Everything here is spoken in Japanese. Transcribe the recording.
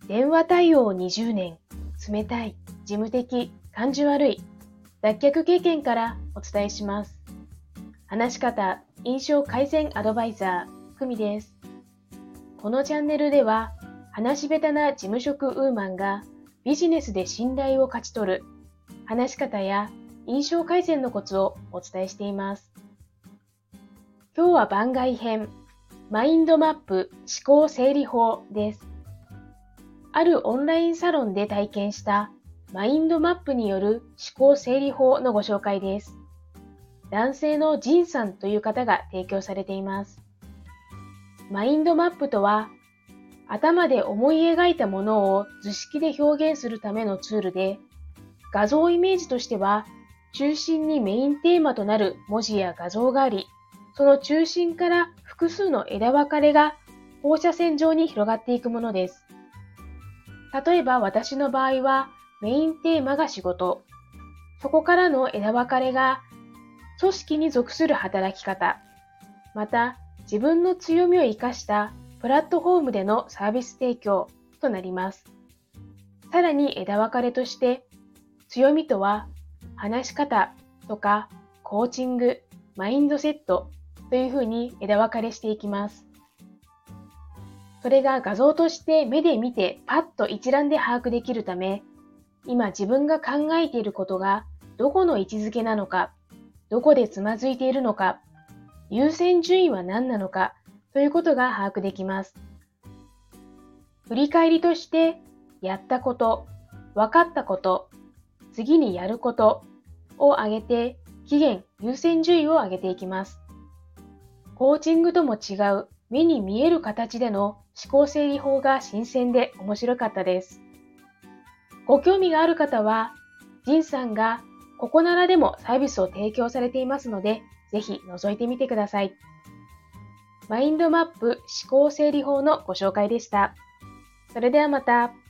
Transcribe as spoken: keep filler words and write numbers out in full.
電話対応にじゅうねん、冷たい、事務的、感じ悪い、脱却経験からお伝えします。話し方、印象改善アドバイザー、久美です。このチャンネルでは、話し下手な事務職ウーマンがビジネスで信頼を勝ち取る話し方や印象改善のコツをお伝えしています。今日は番外編、マインドマップ思考整理法です。あるオンラインサロンで体験したマインドマップによる思考整理法のご紹介です。男性のジンさんという方が提供されています。マインドマップとは、頭で思い描いたものを図式で表現するためのツールで、画像イメージとしては、中心にメインテーマとなる文字や画像があり、その中心から複数の枝分かれが放射線状に広がっていくものです。例えば私の場合は、メインテーマが仕事、そこからの枝分かれが組織に属する働き方、また自分の強みを生かしたプラットフォームでのサービス提供となります。さらに枝分かれとして、強みとは話し方とかコーチング、マインドセットというふうに枝分かれしていきます。それが画像として目で見てパッと一覧で把握できるため、今自分が考えていることがどこの位置づけなのか、どこでつまずいているのか、優先順位は何なのかということが把握できます。振り返りとして、やったこと、分かったこと、次にやることを挙げて、期限、優先順位を上げていきます。コーチングとも違う目に見える形での思考整理法が新鮮で面白かったです。ご興味がある方は、ジンさんがここならでもサービスを提供されていますので、ぜひ覗いてみてください。マインドマップ思考整理法のご紹介でした。それではまた。